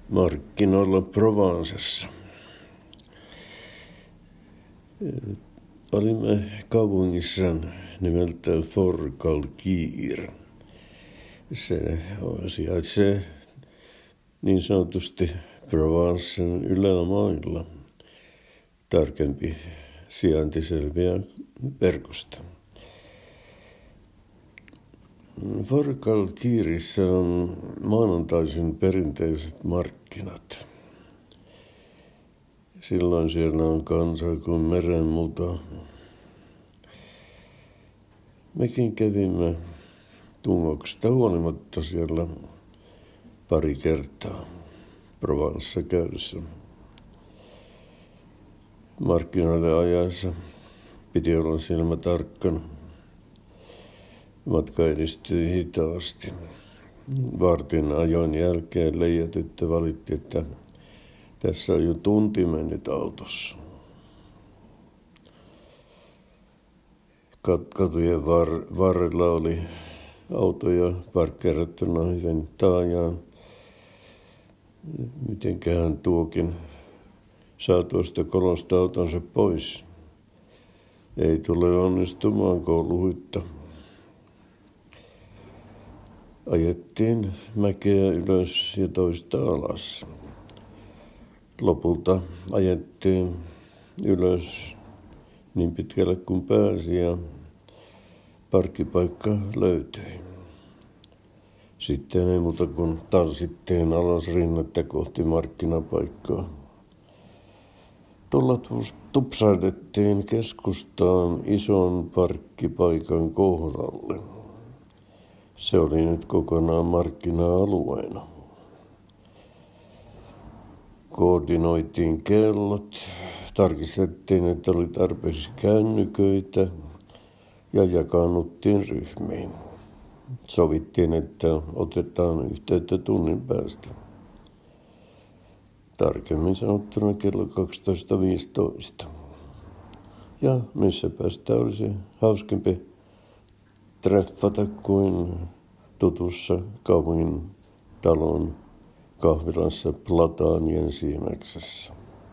markkinoilla Provencessa. Olimme kaupungissa nimeltä Forcalquier. Se sijaitsee niin sanotusti Provencen ylämailla. Tarkempi sijainti selviää verkosta. Forcalquierissä on maanantaisin perinteiset markkinat. Silloin siellä on kansaa kuin merenmuta. Mekin kävimme tungoksesta huolimatta siellä pari kertaa Provencessa käydessä. Markkinoille ajaessa piti olla silmä tarkkana. Matka edistyi hitaasti. Vartin ajon jälkeen leijatyttö valitti, että tässä on jo tunti mennyt autossa. Katujen varrella oli autoja parkkeerattuna hyvin taajaan. Mitenköhän tuokin saa tuosta kolosta autonsa pois. Ei tule onnistumaan kouluhyttä. Ajettiin mäkeä ylös ja toista alas. Lopulta ajettiin ylös niin pitkälle kuin pääsi ja parkkipaikka löytyi. Sitten ei muuta kuin tanssittiin alas rinnettä kohti markkinapaikkaa. Tuolla tupsaitettiin keskustaan ison parkkipaikan kohdalle. Se oli nyt kokonaan markkina-alueena. Koordinoitiin kellot, tarkistettiin, että oli tarpeeksi kännyköitä ja jakaannuttiin ryhmiin. Sovittiin, että otetaan yhteyttä tunnin päästä. Tarkemmin sanottuna kello 12.15. Ja missä päästä olisi hauskempi treffata kuin tutussa kaupungin talon kahvilassa Plataanien Siimeksessä.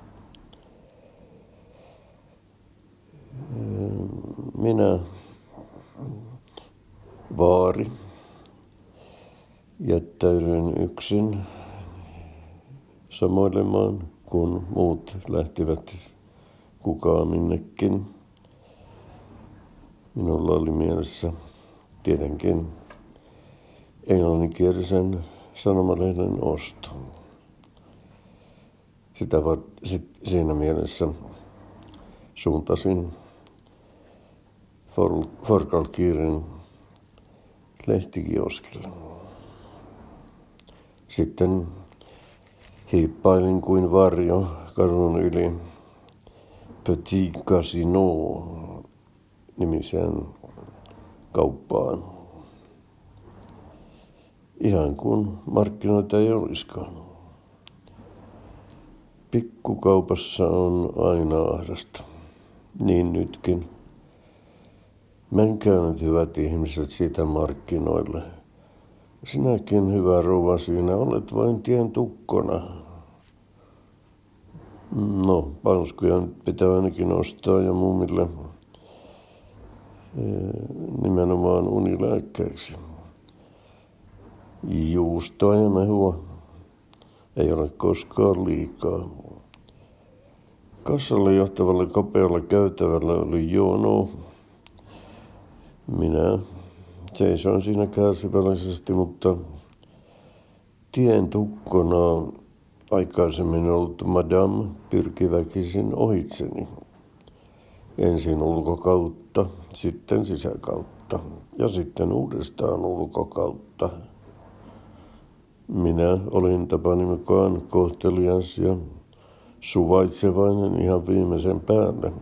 Minä, vaari, jättäydyin yksin samoilemaan, kun muut lähtivät kukaan minnekin. Minulla oli mielessä tietenkin englanninkielisen sanomalehden osto. Siinä mielessä suuntasin Forcalquierin lehtikioskille. Sitten hiippailin kuin varjo kadun yli Petit Casino -nimiseen kauppaan. Ihan kuin markkinoita ei olisikaan. Pikkukaupassa on aina ahdasta. Niin nytkin. Menkää nyt hyvät ihmiset siitä markkinoille. Sinäkin, hyvä rouva, siinä olet vain tien tukkona. No, panskuja nyt pitää ainakin ostaa ja mummille nimenomaan unilääkkeeksi. Juustoa ja mehua ei ole koskaan liikaa. Kassalle johtavalla kapealla käytävällä oli jono. Minä seisoin siinä kärsivällisesti, mutta tien tukkona aikaisemmin ollut madame pyrki väkisin ohitseni. Ensin ulkokautta, sitten sisäkautta ja sitten uudestaan ulkokautta. Minä olin tapani mukaan kohtelias ja suvaitsevainen ihan viimeisen päälle.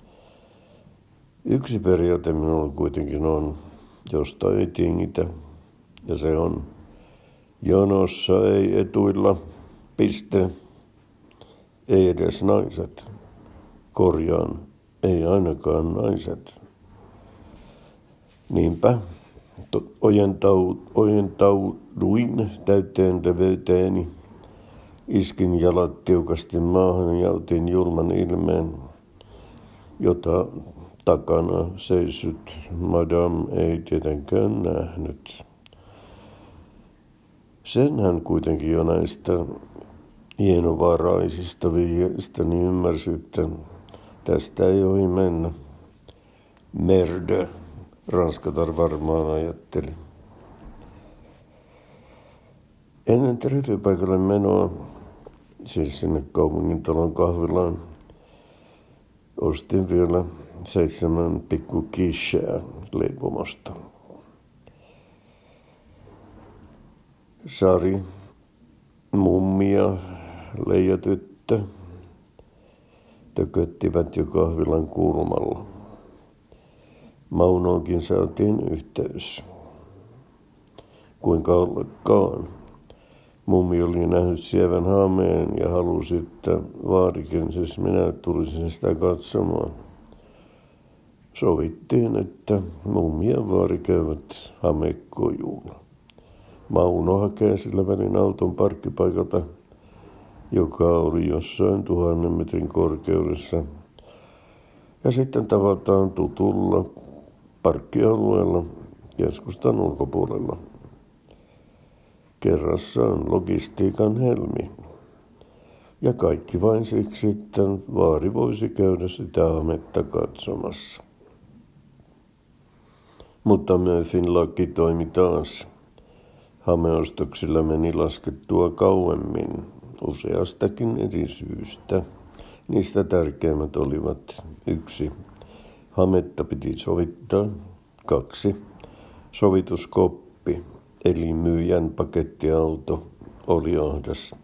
Yksi periaate minulla kuitenkin on, josta ei tingitä, ja se on: jonossa ei etuilla, piste, ei edes naiset. Korjaan, ei ainakaan naiset. Niinpä ojentauduin täyteen leveyteeni Iskin jalat tiukasti maahan ja otin julman ilmeen, jota takana seisyt madame ei tietenkään nähnyt. Sen hän kuitenkin jo näistä hienovaraisista vihjeistä niin ymmärsi, että tästä ei ohi mennä. Merde, Ranskatar varmaan ajatteli. Ennen treffepaikalle menoa, siis sinne kaupungintalon kahvilaan, ostin vielä 7 pikku quicheä leipomosta. Sari, mummi ja Leija-tyttö tököttivät jo kahvilan kulmalla. Maunoonkin saatiin yhteys. Kuinka ollakaan. Mummi oli nähnyt sievän haameen ja halusi, että vaarikin, siis minä tulisin sitä katsomaan. Sovittiin, että mummi ja vaari käyvät hamekojuulla. Mauno hakee sillä välin auton parkkipaikalta, joka oli jossain 1000 metrin korkeudessa. Ja sitten tavataan tutulla parkkialueella keskustan ulkopuolella. Kerrassaan logistiikan helmi. Ja kaikki vain siksi, että vaari voisi käydä sitä hametta katsomassa. Mutta Murphyn laki toimi taas. Hameostoksilla meni laskettua kauemmin, useastakin eri syystä. Niistä tärkeimmät olivat 1. Hametta piti sovittaa. 2. Sovituskoppi, eli myyjän pakettiauto, oli ahdas.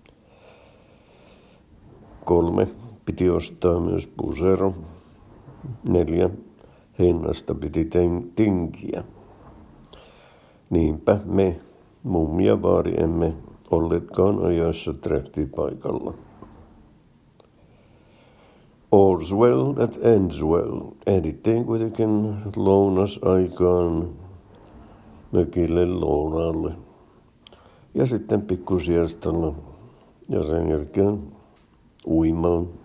3. Piti ostaa myös pusero. 4. Hinnasta piti tinkiä. Niinpä me, mummi ja vaari, emme olleetkaan ajoissa treffipaikalla. All's well that ends well. Ehdittiin kuitenkin lounasaikaan mökille lounaalle. Ja sitten pikkusiestalla ja sen jälkeen uimaan.